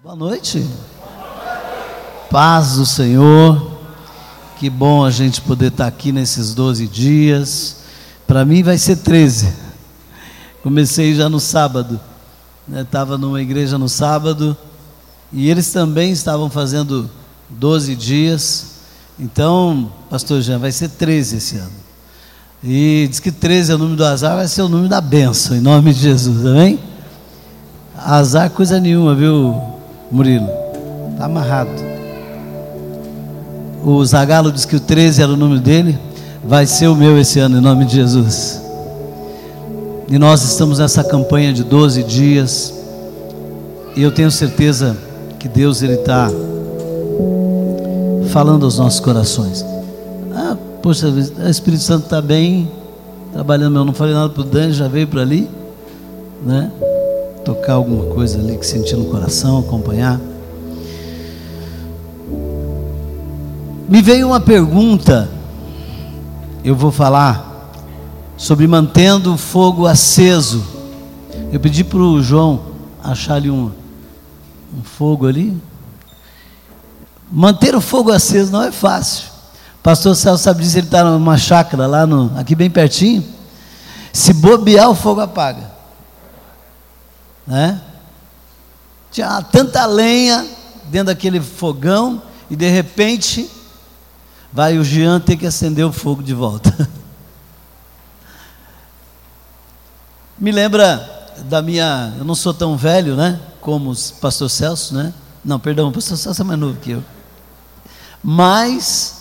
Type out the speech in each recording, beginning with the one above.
Boa noite. Paz do Senhor. Que bom a gente poder estar aqui nesses 12 dias. Para mim vai ser 13. Comecei já no sábado. Estava numa igreja no sábado e eles também estavam fazendo 12 dias. Então, pastor Jean, vai ser 13 esse ano. E diz que 13 é o número do azar, vai ser o número da bênção, em nome de Jesus, amém? Azar coisa nenhuma, viu, Murilo? Está amarrado. O Zagalo disse que o 13 era o número dele, vai ser o meu esse ano, em nome de Jesus. E nós estamos nessa campanha de 12 dias, e eu tenho certeza que Deus está falando aos nossos corações. Poxa, o Espírito Santo está bem trabalhando. Eu não falei nada para o Dani, já veio para ali, né? Tocar alguma coisa ali que senti no coração, acompanhar. Me veio uma pergunta. Eu vou falar sobre mantendo o fogo aceso. Eu pedi para o João achar ali um fogo ali. Manter o fogo aceso não é fácil. Pastor Celso sabe disso, ele está numa chácara lá aqui bem pertinho. Se bobear, o fogo apaga, né? Tinha tanta lenha dentro daquele fogão e de repente vai o Jean ter que acender o fogo de volta. Me lembra da minha, eu não sou tão velho, né, como o pastor Celso, né? Não, perdão, o pastor Celso é mais novo que eu. Mas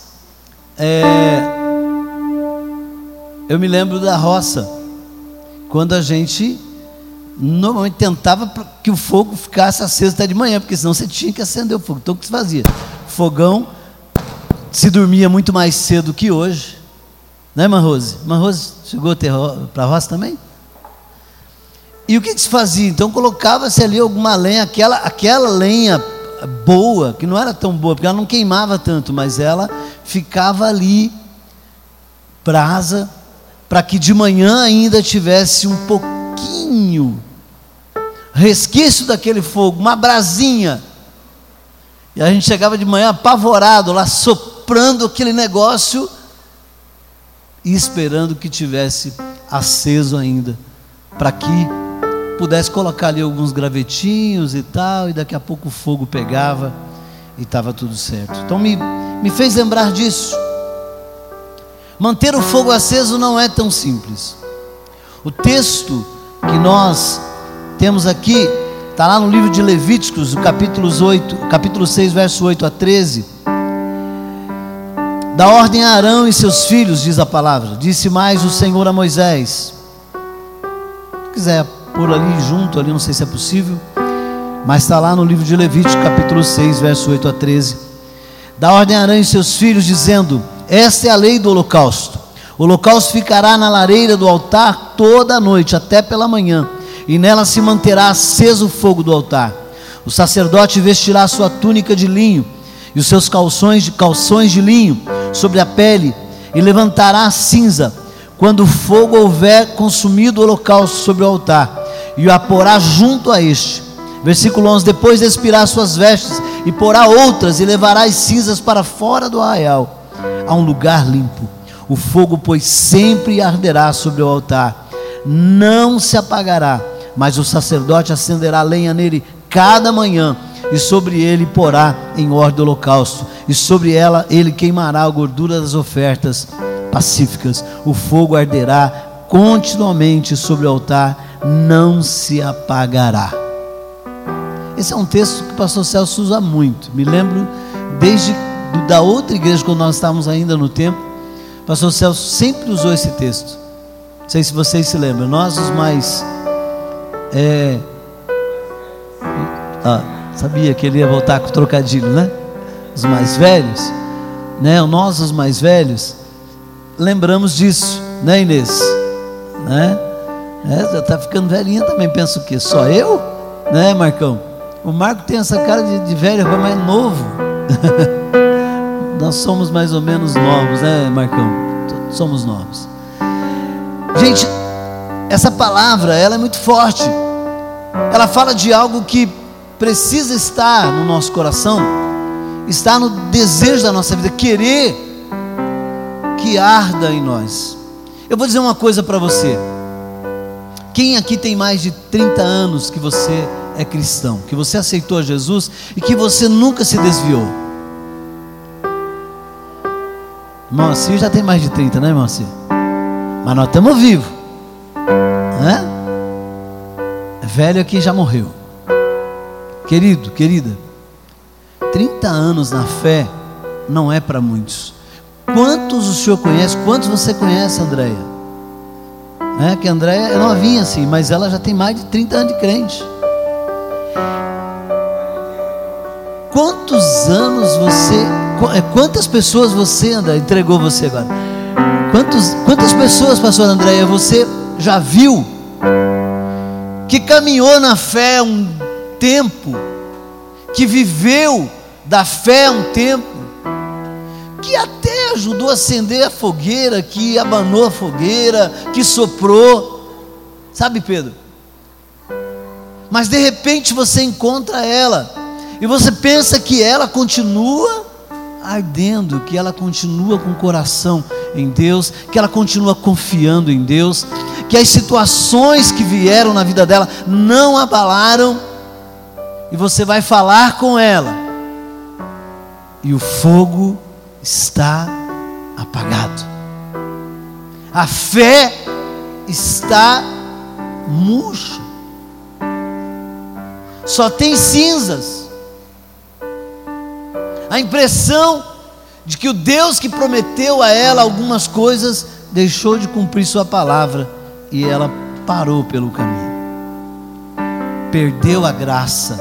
eu me lembro da roça, quando a gente normalmente tentava que o fogo ficasse aceso até de manhã, porque senão você tinha que acender o fogo. Então o que se fazia? Fogão, se dormia muito mais cedo que hoje, né, irmã Rose? Irmã Rose chegou para a roça também? E o que se fazia? Então colocava-se ali alguma lenha, aquela lenha boa, que não era tão boa, porque ela não queimava tanto, mas ela ficava ali brasa, para que de manhã ainda tivesse um pouquinho resquício daquele fogo, uma brasinha. E a gente chegava de manhã apavorado lá, soprando aquele negócio e esperando que tivesse aceso ainda, para que pudesse colocar ali alguns gravetinhos e tal, e daqui a pouco o fogo pegava e estava tudo certo. Então me fez lembrar disso. Manter o fogo aceso não é tão simples. O texto que nós temos aqui está lá no livro de Levíticos, capítulo 6, verso 8 a 13. Dá ordem a Arão e seus filhos, diz a palavra. Disse mais o Senhor a Moisés. Se quiser pôr ali junto, ali não sei se é possível, mas está lá no livro de Levíticos, capítulo 6, verso 8 a 13. Dá ordem a Arão e seus filhos, dizendo: esta é a lei do holocausto. O holocausto ficará na lareira do altar toda a noite, até pela manhã, e nela se manterá aceso o fogo do altar. O sacerdote vestirá a sua túnica de linho e os seus calções de linho sobre a pele, e levantará a cinza quando o fogo houver consumido o holocausto sobre o altar, e o a porá junto a este. Versículo 11: depois expirá suas vestes e porá outras, e levará as cinzas para fora do arraial, a um lugar limpo. O fogo, pois, sempre arderá sobre o altar, não se apagará, mas o sacerdote acenderá lenha nele cada manhã, e sobre ele porá em ordem do holocausto, e sobre ela ele queimará a gordura das ofertas pacíficas. O fogo arderá continuamente sobre o altar, não se apagará. Esse é um texto que o pastor Celso usa muito. Me lembro desde da outra igreja, quando nós estávamos ainda no templo, o pastor Celso sempre usou esse texto. Não sei se vocês se lembram. Nós os mais sabia que ele ia voltar com o trocadilho, né? Os mais velhos, né? Nós os mais velhos lembramos disso, né, Inês? Né? Já está ficando velhinha também. Pensa o quê? Só eu? Né, Marcão? O Marco tem essa cara de velho, mas é novo. Nós somos mais ou menos novos, né, Marcão? Somos novos. Gente, essa palavra, ela é muito forte. Ela fala de algo que precisa estar no nosso coração, está no desejo da nossa vida, querer que arda em nós. Eu vou dizer uma coisa para você. Quem aqui tem mais de 30 anos que você é cristão, que você aceitou Jesus e que você nunca se desviou? Irmão Assir já tem mais de 30, né, irmão Assir? Mas nós estamos vivos, né? Velho aqui já morreu. Querido, querida, 30 anos na fé não é para muitos. Quantos o senhor conhece? Quantos você conhece, Andréia? Que a Andréia é novinha assim, mas ela já tem mais de 30 anos de crente. Quantos anos você, quantas pessoas você, André, entregou você agora? Quantas pessoas, pastor Andréia, você já viu que caminhou na fé um tempo, que viveu da fé um tempo, que até ajudou a acender a fogueira, que abanou a fogueira, que soprou, sabe, Pedro? Mas de repente você encontra ela, e você pensa que ela continua ardendo, que ela continua com o coração em Deus, que ela continua confiando em Deus, que as situações que vieram na vida dela não abalaram, e você vai falar com ela, e o fogo está apagado, a fé está murcha, só tem cinzas, a impressão de que o Deus que prometeu a ela algumas coisas deixou de cumprir sua palavra, e ela parou pelo caminho, perdeu a graça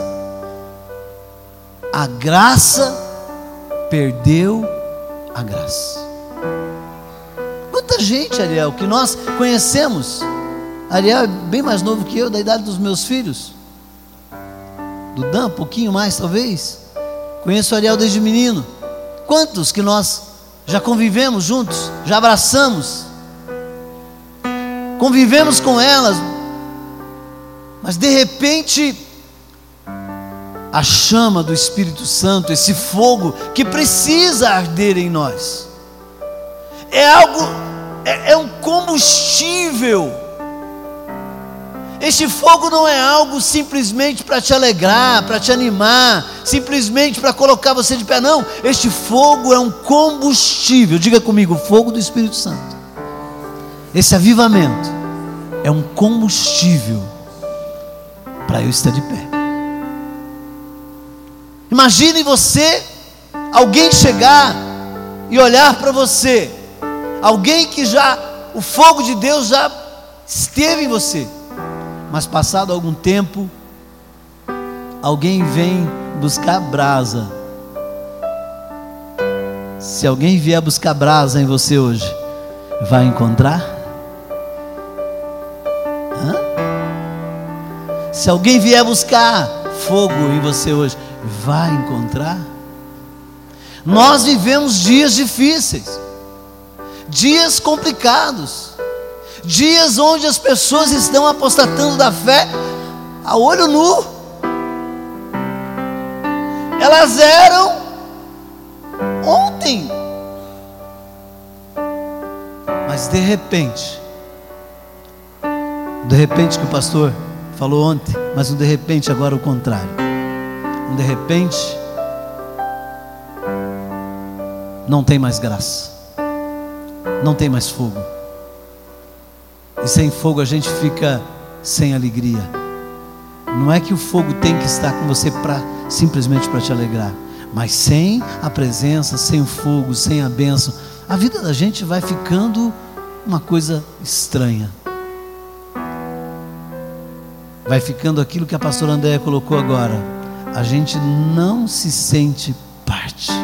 perdeu a graça. Quanta gente, Ariel, que nós conhecemos. Ariel é bem mais novo que eu, da idade dos meus filhos, do Dan, um pouquinho mais talvez. Conheço o Ariel desde menino. Quantos que nós já convivemos juntos, já abraçamos, convivemos com elas, mas de repente a chama do Espírito Santo, esse fogo que precisa arder em nós, é um combustível. Este fogo não é algo simplesmente para te alegrar, para te animar, simplesmente para colocar você de pé, não. Este fogo é um combustível. Diga comigo, o fogo do Espírito Santo. Esse avivamento é um combustível para eu estar de pé. Imagine você, alguém chegar e olhar para você, alguém que o fogo de Deus já esteve em você, mas passado algum tempo, alguém vem buscar brasa. Se alguém vier buscar brasa em você hoje, vai encontrar? Se alguém vier buscar fogo em você hoje, vai encontrar? Nós vivemos dias difíceis, dias complicados, dias onde as pessoas estão apostatando da fé a olho nu. Elas eram ontem, mas de repente que o pastor falou ontem, mas de repente agora o contrário. De repente não tem mais graça, não tem mais fogo. E sem fogo a gente fica sem alegria. Não é que o fogo tem que estar com você simplesmente para te alegrar, mas sem a presença, sem o fogo, sem a bênção, a vida da gente vai ficando uma coisa estranha. Vai ficando aquilo que a pastora Andréia colocou agora. A gente não se sente parte,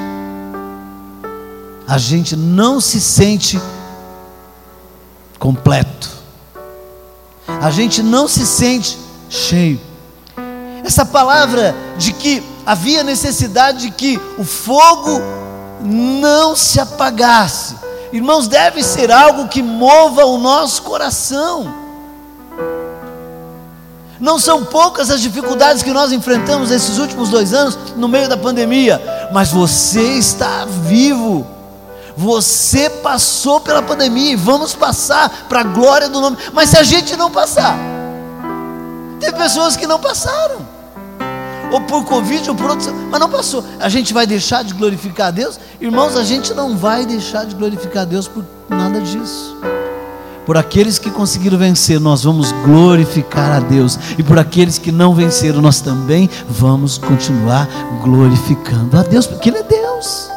a gente não se sente completo, a gente não se sente cheio. Essa palavra de que havia necessidade de que o fogo não se apagasse, irmãos, deve ser algo que mova o nosso coração. Não são poucas as dificuldades que nós enfrentamos nesses últimos 2 anos, no meio da pandemia, mas você está vivo. Você passou pela pandemia e vamos passar para a glória do nome. Mas se a gente não passar, tem pessoas que não passaram, ou por Covid, ou por outro, mas não passou. A gente vai deixar de glorificar a Deus? Irmãos, a gente não vai deixar de glorificar a Deus por nada disso. Por aqueles que conseguiram vencer, nós vamos glorificar a Deus. E por aqueles que não venceram, nós também vamos continuar glorificando a Deus, porque Ele é Deus.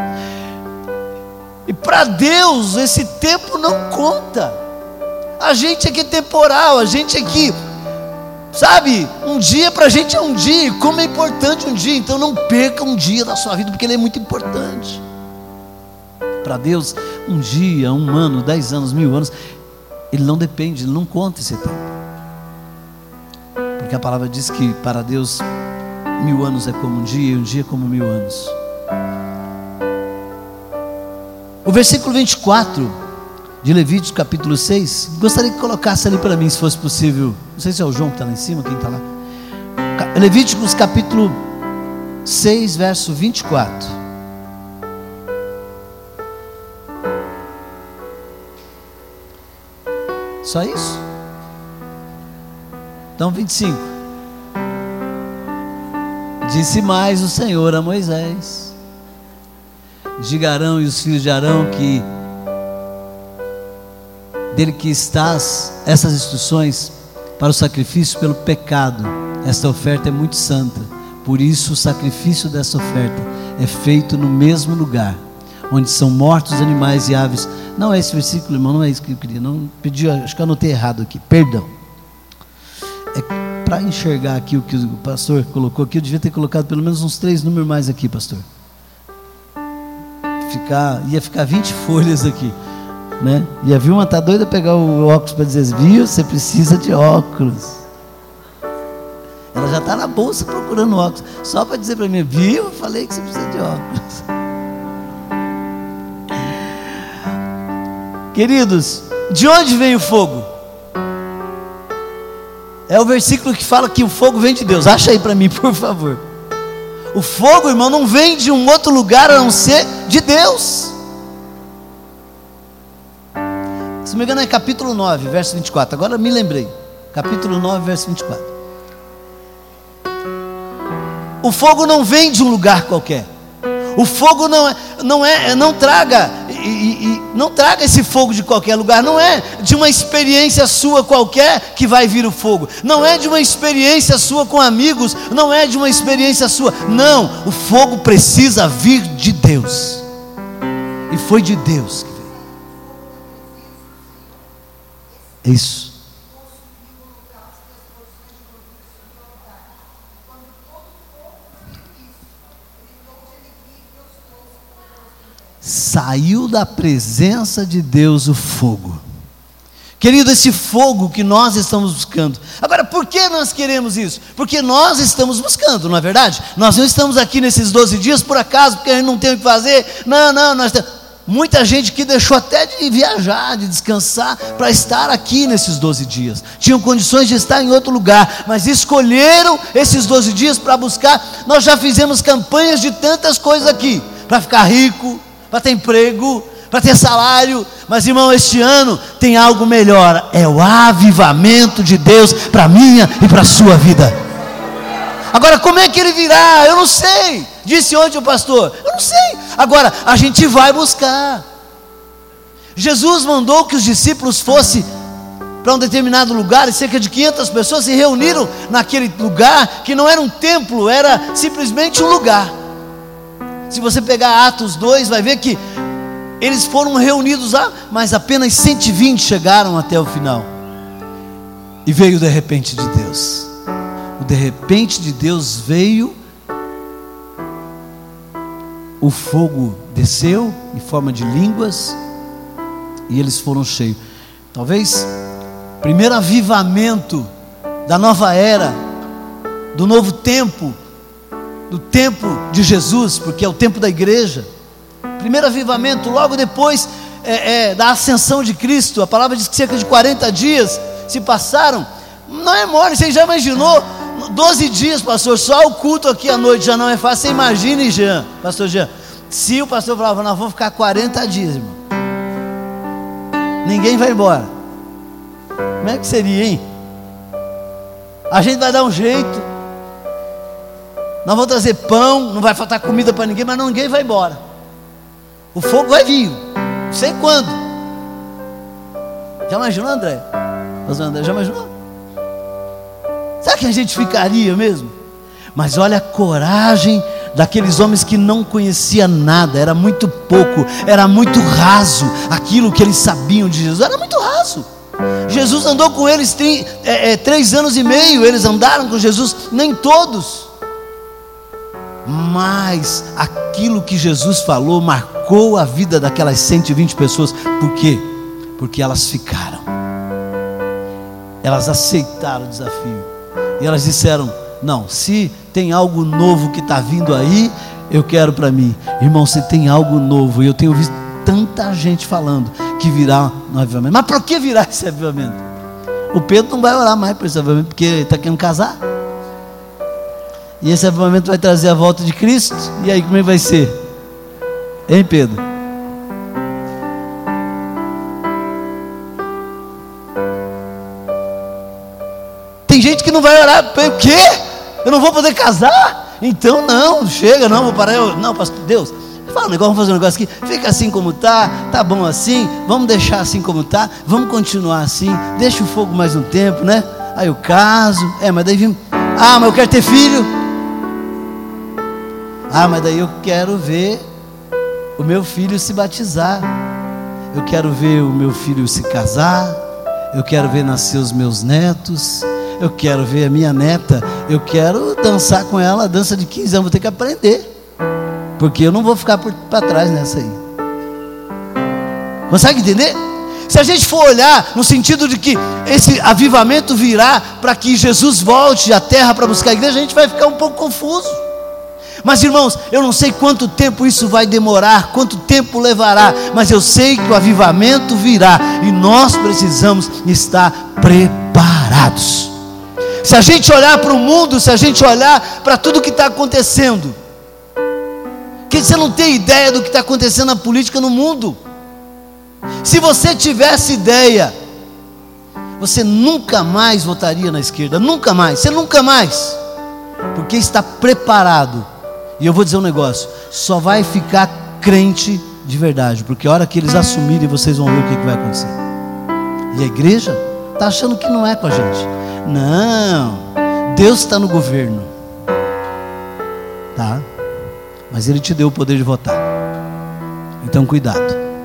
E para Deus, esse tempo não conta. A gente aqui é temporal, a gente aqui, sabe, um dia para a gente é um dia. Como é importante um dia, então não perca um dia da sua vida, porque ele é muito importante. Para Deus, um dia, 1 ano, 10 anos, 1000 anos, Ele não depende, Ele não conta esse tempo. Porque a palavra diz que para Deus 1000 anos é como um dia, e um dia como 1000 anos. O versículo 24 de Levítico capítulo 6, gostaria que colocasse ali para mim, se fosse possível. Não sei se é o João que está lá em cima, quem está lá. Levíticos capítulo 6, verso 24. Só isso? Então 25. Disse mais o Senhor a Moisés: diga a Arão e os filhos de Arão que dele que estás essas instruções para o sacrifício pelo pecado. Esta oferta é muito santa, por isso o sacrifício dessa oferta é feito no mesmo lugar onde são mortos animais e aves. Não é esse versículo, irmão, não é isso que eu queria. Não pedi, acho que eu anotei errado aqui, perdão. É para enxergar aqui o que o pastor colocou aqui, eu devia ter colocado pelo menos uns 3 números mais aqui, pastor. Ia ficar 20 folhas aqui, né? E a Vilma está doida a pegar o óculos para dizer: viu, você precisa de óculos. Ela já está na bolsa procurando óculos, só para dizer para mim: viu, eu falei que você precisa de óculos. Queridos, de onde vem o fogo? É o versículo que fala que o fogo vem de Deus. Acha aí para mim, por favor. O fogo, irmão, não vem de um outro lugar a não ser de Deus. Se não me engano é capítulo 9, verso 24. Agora me lembrei. Capítulo 9, verso 24. O fogo não vem de um lugar qualquer. O fogo não traga esse fogo de qualquer lugar. Não é de uma experiência sua qualquer que vai vir o fogo. Não é de uma experiência sua com amigos. Não é de uma experiência sua. Não, o fogo precisa vir de Deus. E foi de Deus que veio. Isso. Saiu da presença de Deus o fogo. Querido, esse fogo que nós estamos buscando. Agora, por que nós queremos isso? Porque nós estamos buscando, não é verdade? Nós não estamos aqui nesses 12 dias por acaso, porque a gente não tem o que fazer. Não, nós temos muita gente que deixou até de viajar, de descansar, para estar aqui nesses 12 dias. Tinham condições de estar em outro lugar, mas escolheram esses 12 dias para buscar. Nós já fizemos campanhas de tantas coisas aqui, para ficar rico, para ter emprego, para ter salário. Mas, irmão, este ano tem algo melhor. É o avivamento de Deus para a minha e para a sua vida. Agora, como é que ele virá? Eu não sei. Disse ontem o pastor, eu não sei. Agora, a gente vai buscar. Jesus mandou que os discípulos fossem para um determinado lugar, e cerca de 500 pessoas se reuniram naquele lugar, que não era um templo, era simplesmente um lugar. Se você pegar Atos 2, vai ver que eles foram reunidos lá, mas apenas 120 chegaram até o final. E veio o de repente de Deus. O de repente de Deus veio. O fogo desceu em forma de línguas, e eles foram cheios. Talvez o primeiro avivamento da nova era, do novo tempo, do tempo de Jesus, porque é o tempo da igreja. Primeiro avivamento, logo depois da ascensão de Cristo. A palavra diz que cerca de 40 dias se passaram, Não é mole. Você já imaginou 12 dias, pastor, só o culto aqui à noite já não é fácil. Você imagine, Jean, pastor Jean, se o pastor falava, nós vamos ficar 40 dias, irmão, ninguém vai embora, como é que seria, hein? A gente vai dar um jeito, nós vamos trazer pão, não vai faltar comida para ninguém, mas ninguém vai embora. O fogo vai vir, não sei quando. Já imaginou, André? Pastor André, já imaginou? Será que a gente ficaria mesmo? Mas olha a coragem daqueles homens que não conheciam nada, era muito pouco, era muito raso, aquilo que eles sabiam de Jesus, era muito raso. Jesus andou com eles 3 anos e meio, eles andaram com Jesus, nem todos, mas aquilo que Jesus falou marcou a vida daquelas 120 pessoas. Por quê? Porque elas ficaram, elas aceitaram o desafio. E elas disseram, não, se tem algo novo que está vindo aí, eu quero para mim. Irmão, se tem algo novo, e eu tenho visto tanta gente falando que virá um avivamento. Mas por que virá esse avivamento? O Pedro não vai orar mais por esse avivamento, porque ele está querendo casar. E esse avivamento vai trazer a volta de Cristo. E aí como é que vai ser? Hein, Pedro? Tem gente que não vai orar. O quê? Eu não vou poder casar? Então não, chega, não, vou parar. Não, pastor, Deus, fala um negócio, vamos fazer um negócio aqui. Fica assim como está, tá bom assim. Vamos deixar assim como está. Vamos continuar assim. Deixa o fogo mais um tempo, né? Aí eu caso. Mas daí vim. Mas eu quero ter filho. Mas daí eu quero ver o meu filho se batizar. Eu quero ver o meu filho se casar. Eu quero ver nascer os meus netos. Eu quero ver a minha neta. Eu quero dançar com ela a dança de 15 anos. Vou ter que aprender, porque eu não vou ficar para trás nessa aí. Consegue entender? Se a gente for olhar no sentido de que esse avivamento virá para que Jesus volte à terra para buscar a igreja, a gente vai ficar um pouco confuso. Mas irmãos, eu não sei quanto tempo isso vai demorar, quanto tempo levará, mas eu sei que o avivamento virá e nós precisamos estar preparados. Se a gente olhar para o mundo, se a gente olhar para tudo que está acontecendo, que você não tem ideia do que está acontecendo na política no mundo. Se você tivesse ideia, você nunca mais votaria na esquerda, nunca mais, você nunca mais, porque está preparado. E eu vou dizer um negócio, só vai ficar crente de verdade, porque a hora que eles assumirem, vocês vão ver o que vai acontecer. E a igreja está achando que não é com a gente. Não, Deus está no governo, tá? Mas Ele te deu o poder de votar, então cuidado.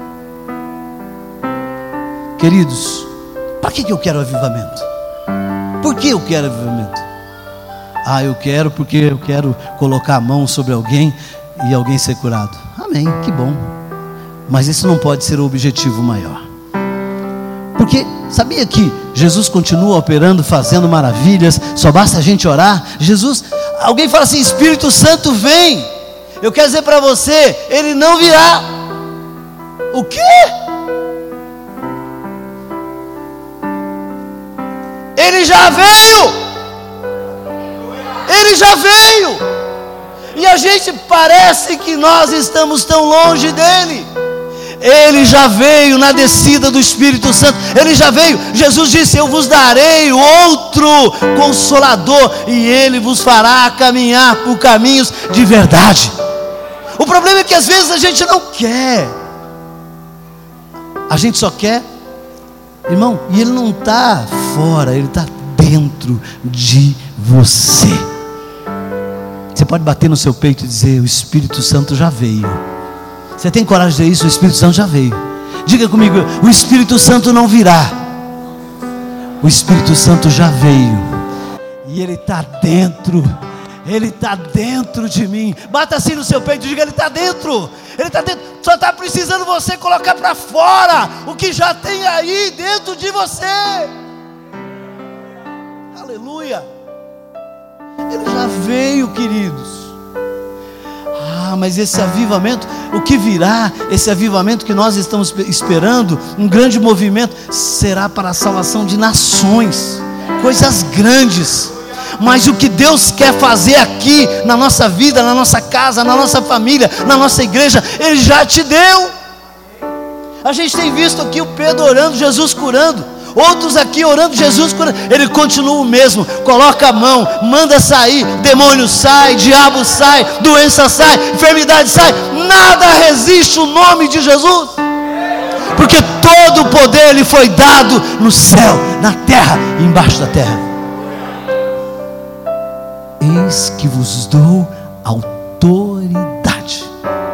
Queridos, para que eu quero avivamento? Por que eu quero avivamento? Eu quero porque eu quero colocar a mão sobre alguém e alguém ser curado. Amém, que bom. Mas isso não pode ser o objetivo maior. Porque sabia que Jesus continua operando, fazendo maravilhas, só basta a gente orar. Alguém fala assim, Espírito Santo vem. Eu quero dizer para você, Ele não virá. O quê? Ele já veio. Ele já veio. E a gente parece que nós estamos tão longe dele. Ele já veio na descida do Espírito Santo. Ele já veio. Jesus disse, eu vos darei outro Consolador, e Ele vos fará caminhar por caminhos de verdade. O problema é que às vezes a gente não quer. A gente só quer, irmão, e Ele não está fora, Ele está dentro de você. Você pode bater no seu peito e dizer, o Espírito Santo já veio. Você tem coragem de dizer isso? O Espírito Santo já veio. Diga comigo, o Espírito Santo não virá. O Espírito Santo já veio. E Ele está dentro. Ele está dentro de mim. Bata assim no seu peito e diga, Ele está dentro. Ele está dentro. Só está precisando você colocar para fora o que já tem aí dentro de você. Aleluia. Ele já veio, queridos. Mas esse avivamento, o que virá, esse avivamento que nós estamos esperando, um grande movimento, será para a salvação de nações. coisas grandes. Mas o que Deus quer fazer aqui na nossa vida, na nossa casa, na nossa família, na nossa igreja, Ele já te deu. A gente tem visto aqui o Pedro orando, Jesus curando. Outros aqui orando, Jesus curando. Ele continua o mesmo. Coloca a mão, manda sair. Demônio sai, diabo sai, doença sai, enfermidade sai. Nada resiste o nome de Jesus. Porque todo o poder lhe foi dado no céu, na terra e embaixo da terra. Eis que vos dou autoridade.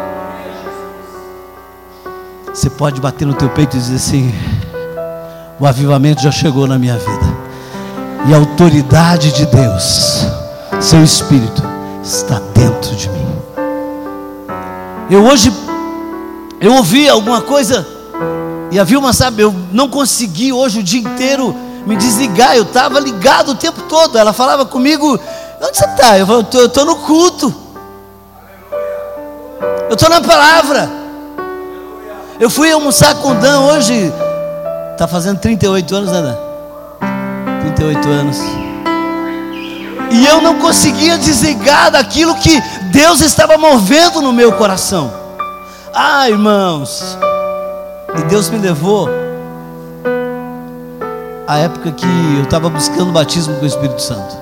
Você pode bater no teu peito e dizer assim: o avivamento já chegou na minha vida, e a autoridade de Deus, seu Espírito, está dentro de mim. Hoje eu ouvi alguma coisa, e a Vilma sabe, eu não consegui hoje o dia inteiro me desligar. Eu estava ligado o tempo todo. Ela falava comigo: onde você está? Eu falei: eu estou no culto, eu estou na palavra. Eu fui almoçar com o Dan hoje. Está fazendo 38 anos, né, Dan? 38 anos. E eu não conseguia desligar daquilo que Deus estava movendo no meu coração. Ah, irmãos, e Deus me levou à época que eu estava buscando o batismo com o Espírito Santo.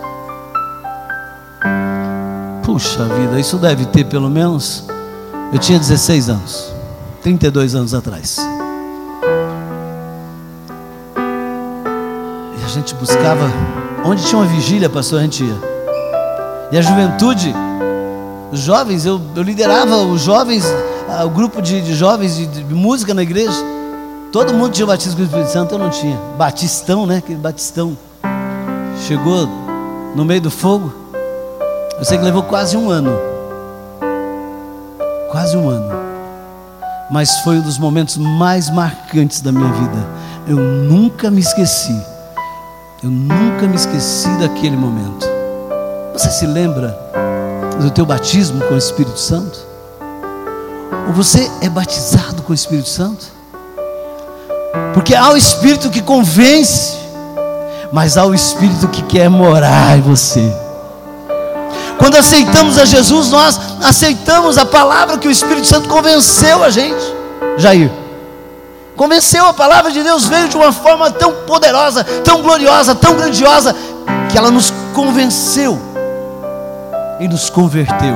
Puxa vida, isso deve ter pelo menos... Eu tinha 16 anos, 32 anos atrás. E a gente buscava, onde tinha uma vigília, pastor, a gente ia. E a juventude, os jovens, eu liderava os jovens, o grupo de jovens de música na igreja. Todo mundo tinha batismo com o Espírito Santo, eu não tinha. Batistão, né? Aquele batistão. Chegou no meio do fogo. Eu sei que levou quase um ano. Quase um ano. Mas foi um dos momentos mais marcantes da minha vida. Eu nunca me esqueci. Eu nunca me esqueci daquele momento. Você se lembra do teu batismo com o Espírito Santo? Ou você é batizado com o Espírito Santo? Porque há o Espírito que convence, mas há o Espírito que quer morar em você. Quando aceitamos a Jesus, nós aceitamos a palavra que o Espírito Santo convenceu a gente. Jair, convenceu, a palavra de Deus veio de uma forma tão poderosa, tão gloriosa, tão grandiosa, que ela nos convenceu e nos converteu.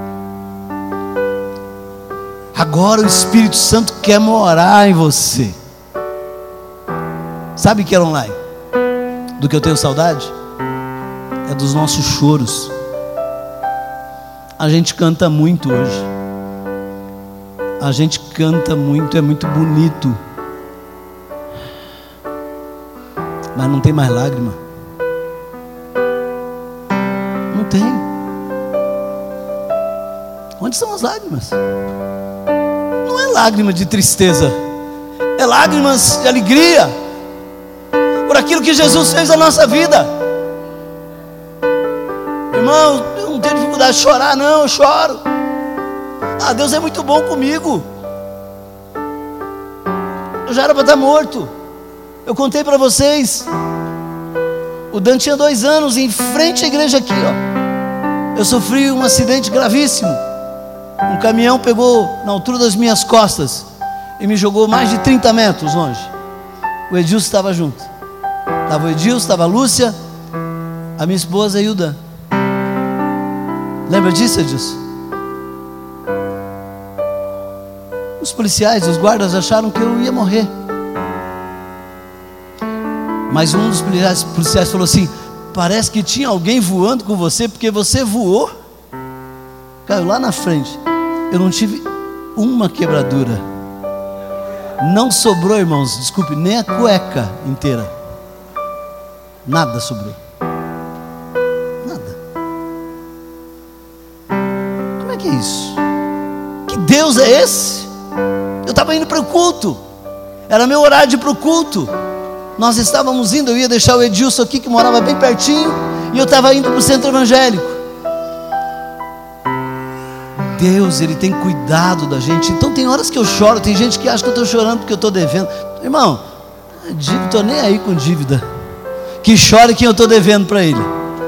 Agora o Espírito Santo quer morar em você. Sabe que, online, do que eu tenho saudade? É dos nossos choros. A gente canta muito hoje. A gente canta muito, é muito bonito. Mas não tem mais lágrima. Não tem. Onde são as lágrimas? Não é lágrima de tristeza, é lágrimas de alegria por aquilo que Jesus fez na nossa vida. Irmão, eu não tenho dificuldade de chorar, não, eu choro. Ah, Deus é muito bom comigo. Eu já era para estar morto. Eu contei para vocês, o Dan tinha 2 anos, em frente à igreja aqui, ó, eu sofri um acidente gravíssimo. Um caminhão pegou na altura das minhas costas e me jogou mais de 30 metros longe. O Edilson estava junto. Estava o Edilson, estava a Lúcia, a minha esposa e o Dan. Lembra disso, Edilson? Os policiais, os guardas acharam que eu ia morrer. Mas um dos policiais falou assim: parece que tinha alguém voando com você, porque você voou, caiu lá na frente. Eu não tive uma quebradura. Não sobrou, irmãos, desculpe, nem a cueca inteira. Nada sobrou. Nada. Como é que é isso? Que Deus é esse? Eu estava indo para o culto. Era meu horário de ir para o culto. Nós estávamos indo, eu ia deixar o Edilson aqui, que morava bem pertinho, e eu estava indo para o centro evangélico. Deus, Ele tem cuidado da gente. Então tem horas que eu choro, tem gente que acha que eu estou chorando porque eu estou devendo. Irmão, não estou nem aí com dívida. Que chore quem eu estou devendo para Ele.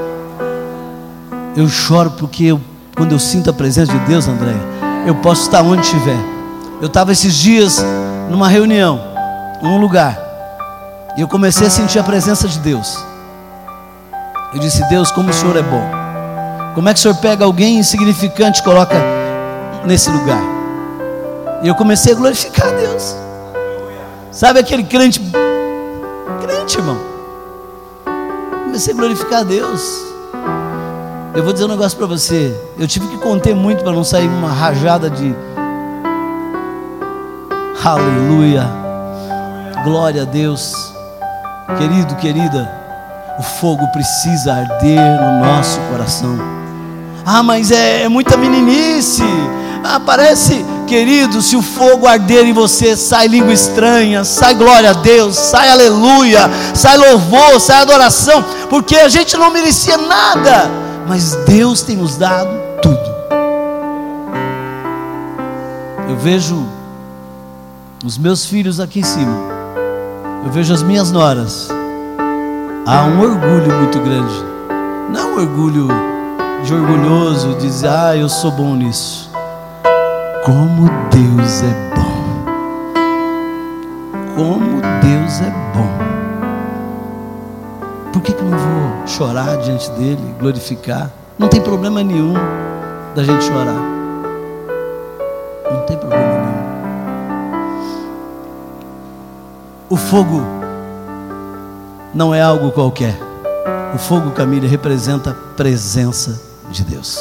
Eu choro porque quando eu sinto a presença de Deus, Andréia, eu posso estar onde estiver. Eu estava esses dias numa reunião, num lugar, e eu comecei a sentir a presença de Deus. Eu disse: Deus, como o Senhor é bom. Como é que o Senhor pega alguém insignificante e coloca nesse lugar? E eu comecei a glorificar a Deus. Sabe aquele crente, irmão? Comecei a glorificar a Deus. Eu vou dizer um negócio para você. Eu tive que conter muito para não sair uma rajada de aleluia, glória a Deus. Querido, querida, o fogo precisa arder no nosso coração. Ah, mas é muita meninice. Ah, parece, querido, se o fogo arder em você, sai língua estranha, sai glória a Deus, sai aleluia, sai louvor, sai adoração, porque a gente não merecia nada, mas Deus tem nos dado tudo. Eu vejo os meus filhos aqui em cima, eu vejo as minhas noras. Há um orgulho muito grande. Não é um orgulho de orgulhoso, de dizer: ah, eu sou bom nisso. Como Deus é bom. Como Deus é bom. Por que eu não vou chorar diante dele, glorificar? Não tem problema nenhum da gente chorar. Não tem problema nenhum. O fogo não é algo qualquer. O fogo, Camila, representa a presença de Deus.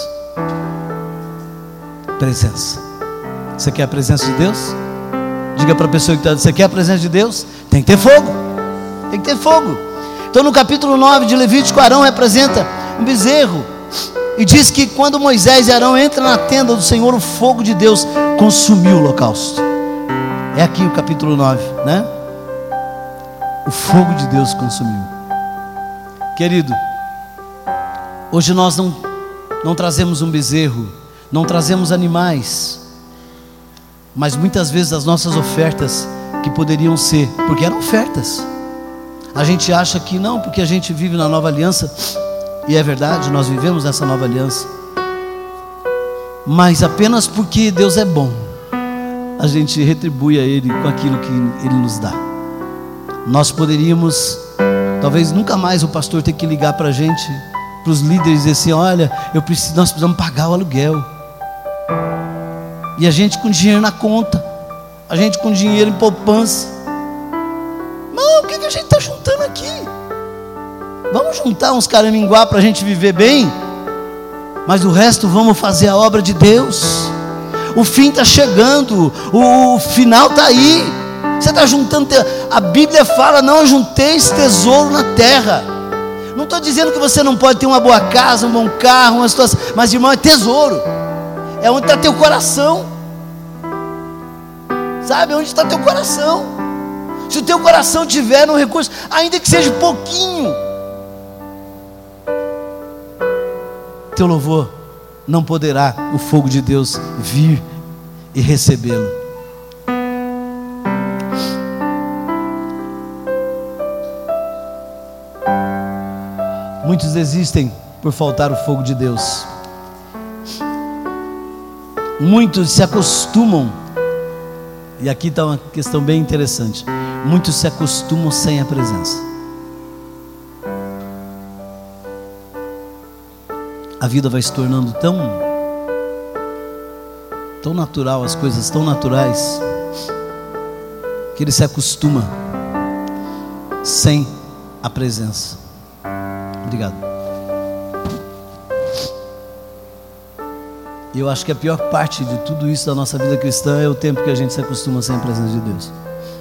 Presença. Você quer a presença de Deus? Diga para a pessoa que está: você quer a presença de Deus? Tem que ter fogo. Tem que ter fogo. Então no capítulo 9 de Levítico, Arão representa um bezerro. E diz que quando Moisés e Arão entram na tenda do Senhor, o fogo de Deus consumiu o holocausto. É aqui o capítulo 9, né? O fogo de Deus consumiu. Querido, hoje nós não trazemos um bezerro, não trazemos animais, mas muitas vezes as nossas ofertas, que poderiam ser, porque eram ofertas, a gente acha que não, porque a gente vive na nova aliança, e é verdade, nós vivemos nessa nova aliança, mas apenas porque Deus é bom, a gente retribui a Ele com aquilo que Ele nos dá. Nós poderíamos, talvez nunca mais o pastor ter que ligar para a gente, para os líderes, e dizer assim: olha, nós precisamos pagar o aluguel. E a gente com dinheiro na conta, a gente com dinheiro em poupança. Não, o que a gente está juntando aqui? Vamos juntar uns caraminguá para a gente viver bem, mas o resto vamos fazer a obra de Deus. O fim está chegando, o final está aí. Você está juntando, a Bíblia fala: não junteis tesouro na terra. Não estou dizendo que você não pode ter uma boa casa, um bom carro, uma situação, mas irmão, é tesouro. É onde está teu coração. Sabe, onde está teu coração. Se o teu coração tiver no recurso, ainda que seja pouquinho, teu louvor não poderá o fogo de Deus vir e recebê-lo. Muitos desistem por faltar o fogo de Deus. Muitos se acostumam, e aqui está uma questão bem interessante. Muitos se acostumam sem a presença. A vida vai se tornando tão natural, as coisas tão naturais, que ele se acostuma sem a presença. Obrigado. E eu acho que a pior parte de tudo isso da nossa vida cristã é o tempo que a gente se acostuma sem a presença de Deus.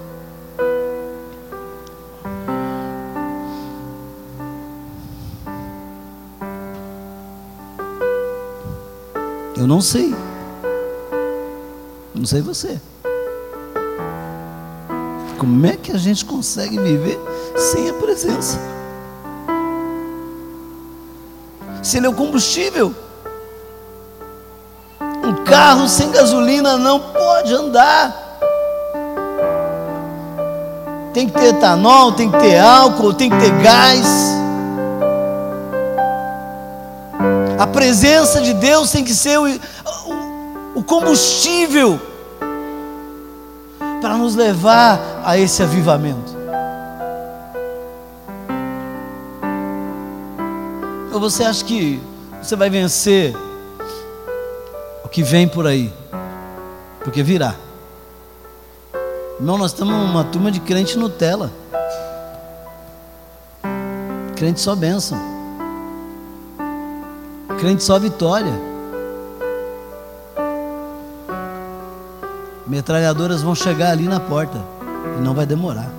Eu não sei você. Como é que a gente consegue viver sem a presença? Se ele é o combustível, um carro sem gasolina não pode andar. tem que ter etanol, tem que ter álcool, tem que ter gás. A presença de Deus tem que ser o combustível para nos levar a esse avivamento. Ou você acha que você vai vencer o que vem por aí? Porque virá. Irmão, nós estamos uma turma de crente Nutella. Crente só bênção. Crente só vitória. Metralhadoras vão chegar ali na porta e não vai demorar.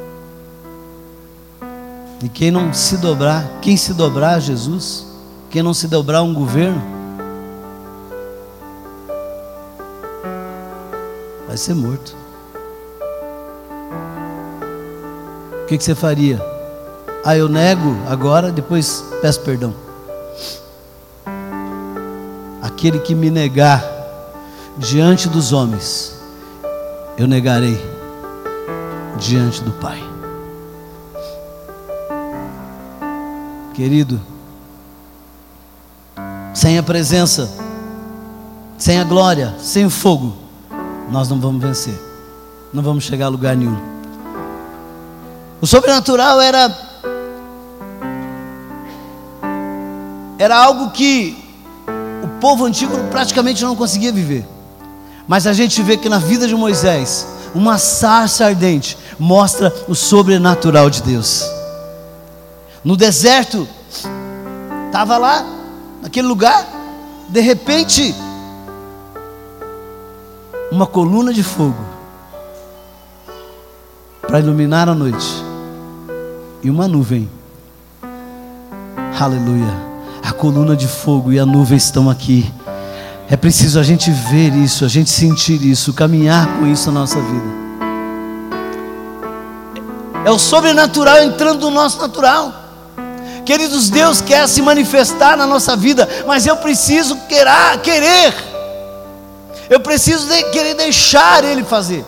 E quem não se dobrar, quem se dobrar a Jesus, quem não se dobrar a um governo, vai ser morto. O que você faria? Ah, eu nego agora, depois peço perdão. Aquele que me negar diante dos homens, eu negarei diante do Pai. Querido, sem a presença, sem a glória, sem o fogo, nós não vamos vencer, não vamos chegar a lugar nenhum. O sobrenatural era algo que o povo antigo praticamente não conseguia viver. Mas a gente vê que na vida de Moisés, uma sarça ardente mostra o sobrenatural de Deus. No deserto, estava lá, naquele lugar, de repente, uma coluna de fogo para iluminar a noite, e uma nuvem. Aleluia. A coluna de fogo e a nuvem estão aqui. É preciso a gente ver isso, a gente sentir isso, caminhar com isso na nossa vida. É o sobrenatural entrando no nosso natural. Queridos, Deus quer se manifestar na nossa vida, mas eu preciso querer. Eu preciso querer deixar Ele fazer.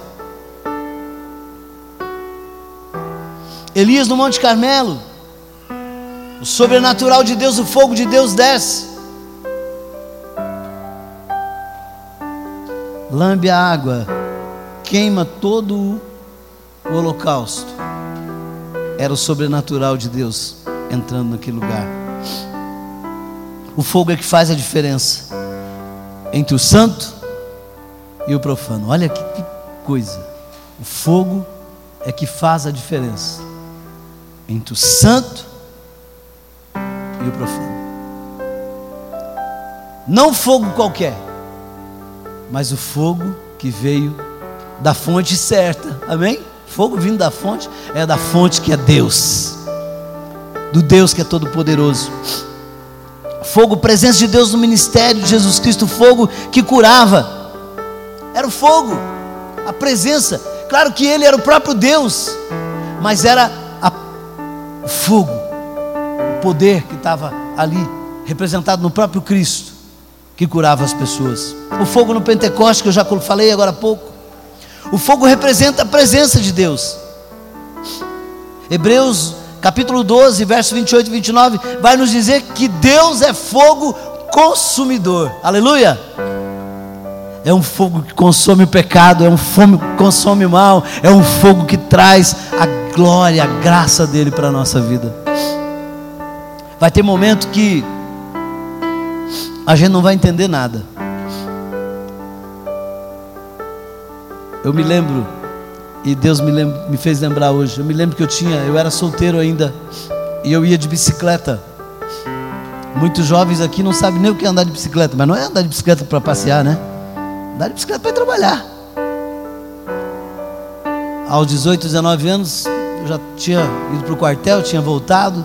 Elias no Monte Carmelo, o sobrenatural de Deus, o fogo de Deus desce, lambe a água, queima todo o holocausto. Era o sobrenatural de Deus entrando naquele lugar. O fogo é que faz a diferença entre o santo e o profano. Olha que coisa. O fogo é que faz a diferença entre o santo e o profano. Não fogo qualquer, mas o fogo que veio da fonte certa. Amém? Fogo vindo da fonte, é da fonte que é Deus, do Deus que é todo poderoso. Fogo, presença de Deus no ministério de Jesus Cristo. Fogo que curava. Era o fogo, a presença. Claro que Ele era o próprio Deus, mas era o fogo, o poder que estava ali, representado no próprio Cristo, que curava as pessoas. O fogo no Pentecostes, que eu já falei agora há pouco. O fogo representa a presença de Deus. Hebreus capítulo 12, verso 28 e 29, vai nos dizer que Deus é fogo consumidor. Aleluia! É um fogo que consome o pecado, é um fogo que consome o mal, é um fogo que traz a glória, a graça dele para a nossa vida. Vai ter momento que a gente não vai entender nada. Eu me lembro, e Deus me fez lembrar hoje. Eu me lembro que eu era solteiro ainda, e eu ia de bicicleta. Muitos jovens aqui não sabem nem o que é andar de bicicleta, mas não é andar de bicicleta para passear, né? Andar de bicicleta para ir trabalhar. Aos 18, 19 anos, eu já tinha ido para o quartel, tinha voltado.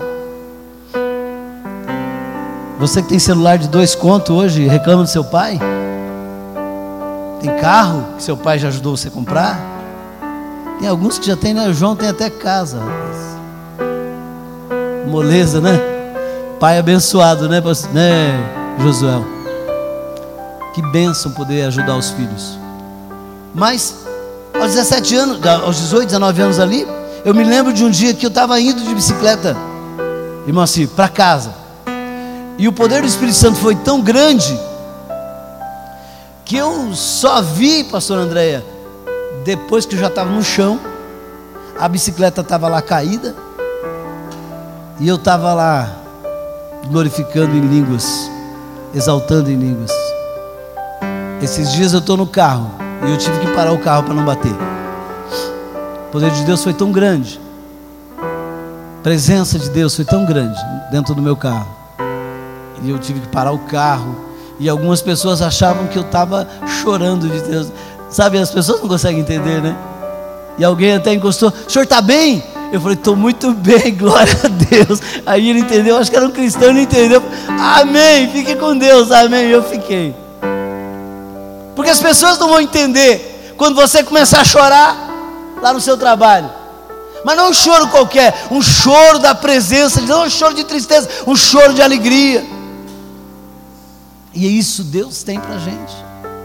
Você que tem celular de 2 contos hoje e reclama do seu pai? Tem carro que seu pai já ajudou você a comprar? Tem alguns que já tem, né? O João tem até casa, rapaz. Moleza, né? Pai abençoado, né, Josué? Que bênção poder ajudar os filhos. Mas aos 17 anos, aos 18, 19 anos ali, Eu me lembro de um dia que eu estava indo de bicicleta, irmão, assim, para casa, e o poder do Espírito Santo foi tão grande que eu só vi, pastor Andréia, depois que eu já estava no chão, a bicicleta estava lá caída, e eu estava lá glorificando em línguas, exaltando em línguas. Esses dias eu estou no carro e eu tive que parar o carro para não bater. O poder de Deus foi tão grande, a presença de Deus foi tão grande dentro do meu carro, e eu tive que parar o carro. E algumas pessoas achavam que eu estava chorando de Deus, sabe, as pessoas não conseguem entender, né? E alguém até encostou: o senhor está bem? Eu falei: estou muito bem, glória a Deus. Aí ele entendeu, acho que era um cristão, não entendeu. Amém, fique com Deus, amém. Eu fiquei, porque as pessoas não vão entender quando você começar a chorar lá no seu trabalho. Mas não um choro qualquer, um choro da presença de Deus, não um choro de tristeza, um choro de alegria. E é isso Deus tem para a gente.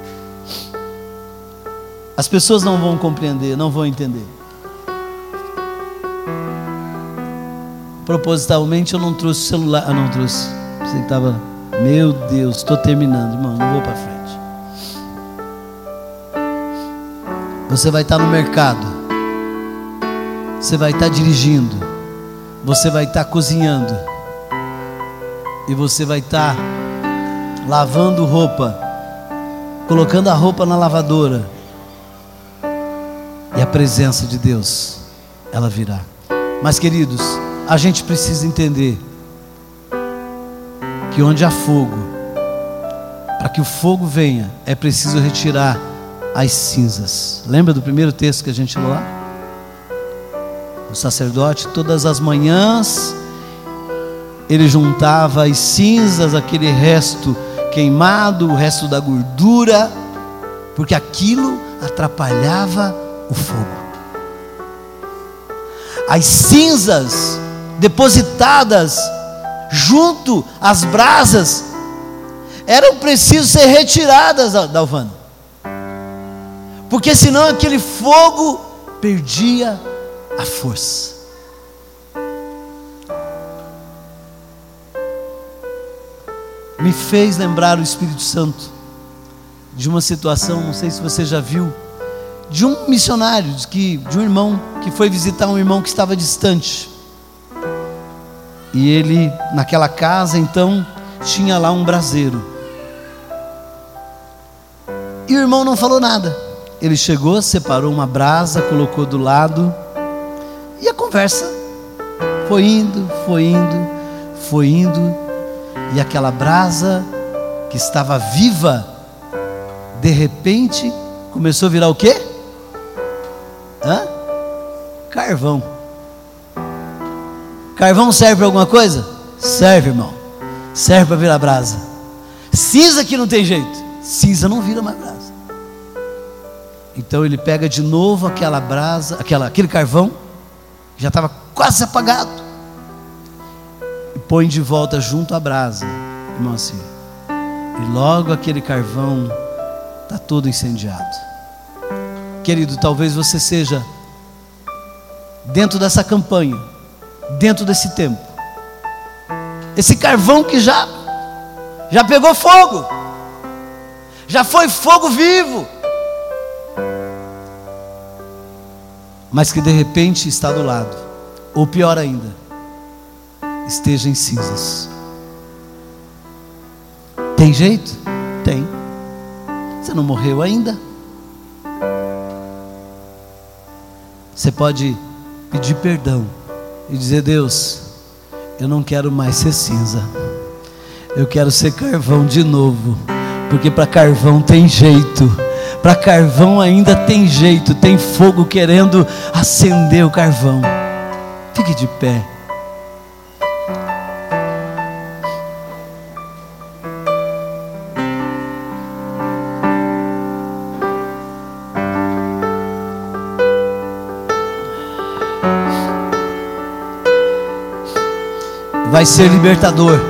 As pessoas não vão compreender, não vão entender. Propositalmente eu não trouxe o celular. Não trouxe. Você que estava, meu Deus, estou terminando, irmão, não vou para frente. Você vai estar no mercado, você vai estar dirigindo, você vai estar cozinhando, e você vai estar lavando roupa, colocando a roupa na lavadora, e a presença de Deus, ela virá. Mas, queridos, a gente precisa entender que onde há fogo, para que o fogo venha, é preciso retirar as cinzas. Lembra do primeiro texto que a gente leu lá? O sacerdote, todas as manhãs, ele juntava as cinzas, aquele resto queimado, o resto da gordura, porque aquilo atrapalhava o fogo. As cinzas depositadas junto às brasas eram precisas ser retiradas, Dalvano, porque senão aquele fogo perdia a força. Me fez lembrar o Espírito Santo de uma situação, não sei se você já viu, de um missionário, de um irmão que foi visitar um irmão que estava distante. E ele, naquela casa, então, tinha lá um braseiro. E o irmão não falou nada. Ele chegou, separou uma brasa, colocou do lado, e a conversa foi indo, foi indo, foi indo. E aquela brasa que estava viva, de repente, começou a virar o quê? Carvão. Carvão serve para alguma coisa? Serve, irmão. Serve para virar brasa. Cinza que não tem jeito. Cinza não vira mais brasa. Então ele pega de novo aquela brasa, aquele carvão, que já estava quase apagado, e põe de volta junto à brasa, irmão, assim. E logo aquele carvão está todo incendiado. Querido, talvez você seja, dentro dessa campanha, dentro desse tempo, esse carvão que já pegou fogo, já foi fogo vivo, mas que de repente está do lado, ou pior ainda, esteja em cinzas. Tem jeito? Tem. Você não morreu ainda. Você pode pedir perdão e dizer: Deus, eu não quero mais ser cinza, eu quero ser carvão de novo, porque para carvão tem jeito, para carvão ainda tem jeito, tem fogo querendo acender o carvão. Fique de pé. Vai ser libertador.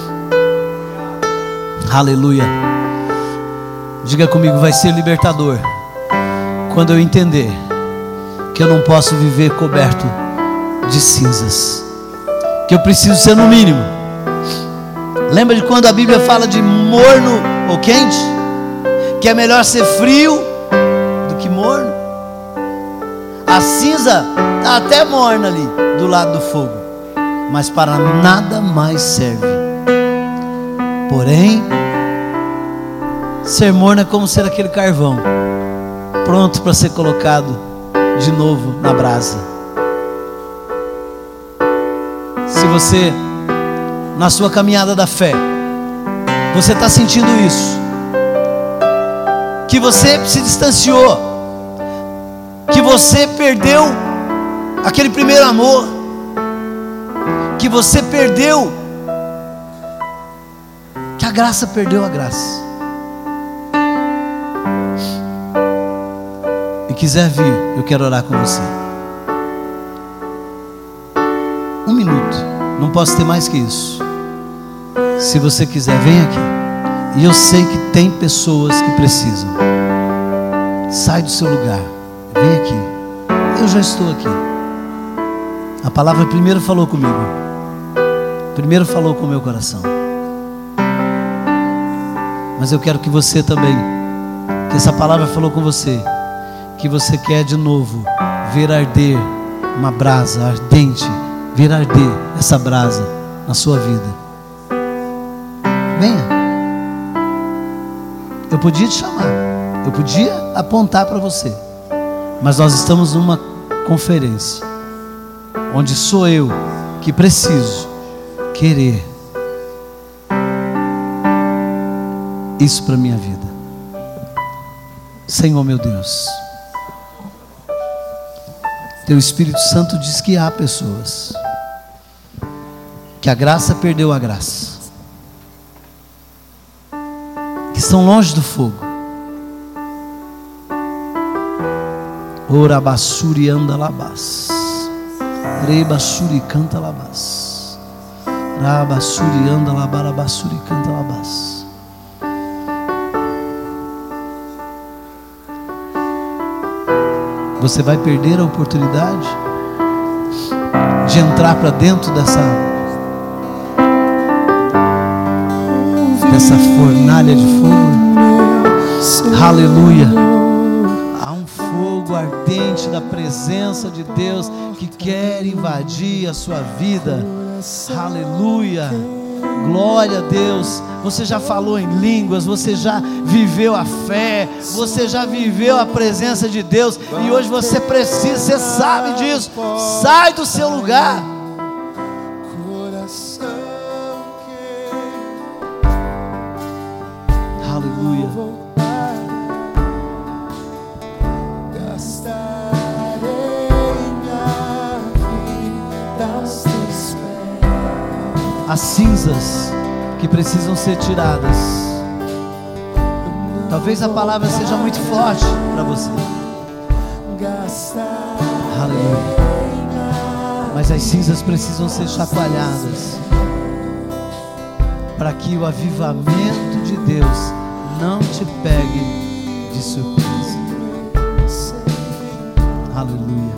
Aleluia. Diga comigo: vai ser libertador quando eu entender que eu não posso viver coberto de cinzas, que eu preciso ser no mínimo. Lembra de quando a Bíblia fala de morno ou quente? Que é melhor ser frio do que morno. A cinza está até morna ali do lado do fogo, mas para nada mais serve. Porém, ser morno é como ser aquele carvão pronto para ser colocado de novo na brasa. Se você, na sua caminhada da fé, você está sentindo isso, que você se distanciou, que você perdeu aquele primeiro amor, que você perdeu, que a graça perdeu a graça, e quiser vir, eu quero orar com você. 1 minuto, não posso ter mais que isso. Se você quiser, vem aqui. E eu sei que tem pessoas que precisam. Sai do seu lugar, vem aqui. Eu já estou aqui. A palavra primeiro falou comigo, primeiro falou com o meu coração. Mas eu quero que você também, que essa palavra falou com você, que você quer de novo ver arder uma brasa ardente, ver arder essa brasa na sua vida. Venha. Eu podia te chamar, eu podia apontar para você, mas nós estamos numa conferência onde sou eu que preciso querer isso para minha vida. Senhor meu Deus, Teu Espírito Santo diz que há pessoas que a graça perdeu a graça, que estão longe do fogo. Ora basuri anda labas, re basuri canta labas, ra basuri anda labara basuri canta labas. Você vai perder a oportunidade de entrar para dentro dessa fornalha de fogo. Aleluia. Há um fogo ardente da presença de Deus que quer invadir a sua vida. Aleluia. Glória a Deus. Você já falou em línguas, você já viveu a fé, você já viveu a presença de Deus, e hoje você precisa, você sabe disso. Sai do seu lugar. Aleluia. As cinzas que precisam ser tiradas. Talvez a palavra seja muito forte para você. Aleluia. Mas as cinzas precisam ser chacoalhadas, para que o avivamento de Deus não te pegue de surpresa. Aleluia.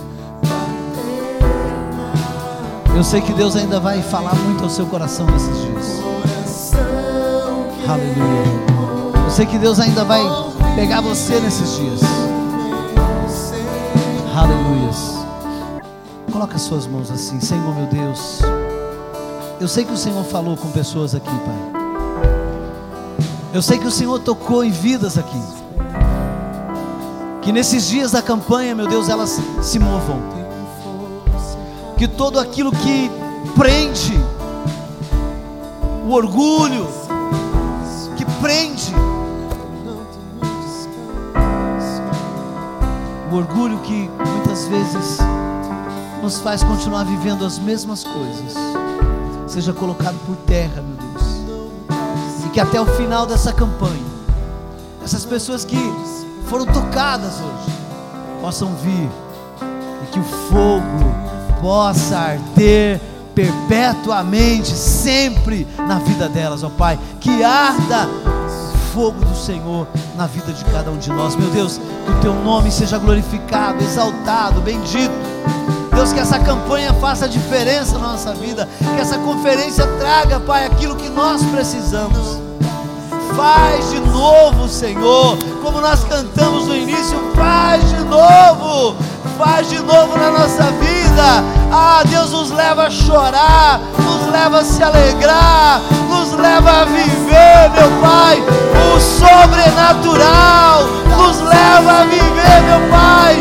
Eu sei que Deus ainda vai falar muito ao seu coração nesses dias. Aleluia. Eu sei que Deus ainda vai pegar você nesses dias. Aleluia. Coloca as suas mãos assim. Senhor meu Deus, eu sei que o Senhor falou com pessoas aqui, Pai. Eu sei que o Senhor tocou em vidas aqui. Que nesses dias da campanha, meu Deus, elas se movam. Que todo aquilo que prende o orgulho, que prende o orgulho que muitas vezes nos faz continuar vivendo as mesmas coisas, seja colocado por terra, meu Deus. E que até o final dessa campanha, essas pessoas que foram tocadas hoje possam vir, e que o fogo possa arder perpetuamente, sempre na vida delas, ó Pai. Que arda fogo do Senhor na vida de cada um de nós. Meu Deus, que o teu nome seja glorificado, exaltado, bendito. Deus, que essa campanha faça diferença na nossa vida, que essa conferência traga, Pai, aquilo que nós precisamos. Faz de novo, Senhor, como nós cantamos no início, faz de novo na nossa vida. Ah, Deus, nos leva a chorar, nos leva a se alegrar, nos leva a viver, meu Pai, o sobrenatural, nos leva a viver, meu Pai,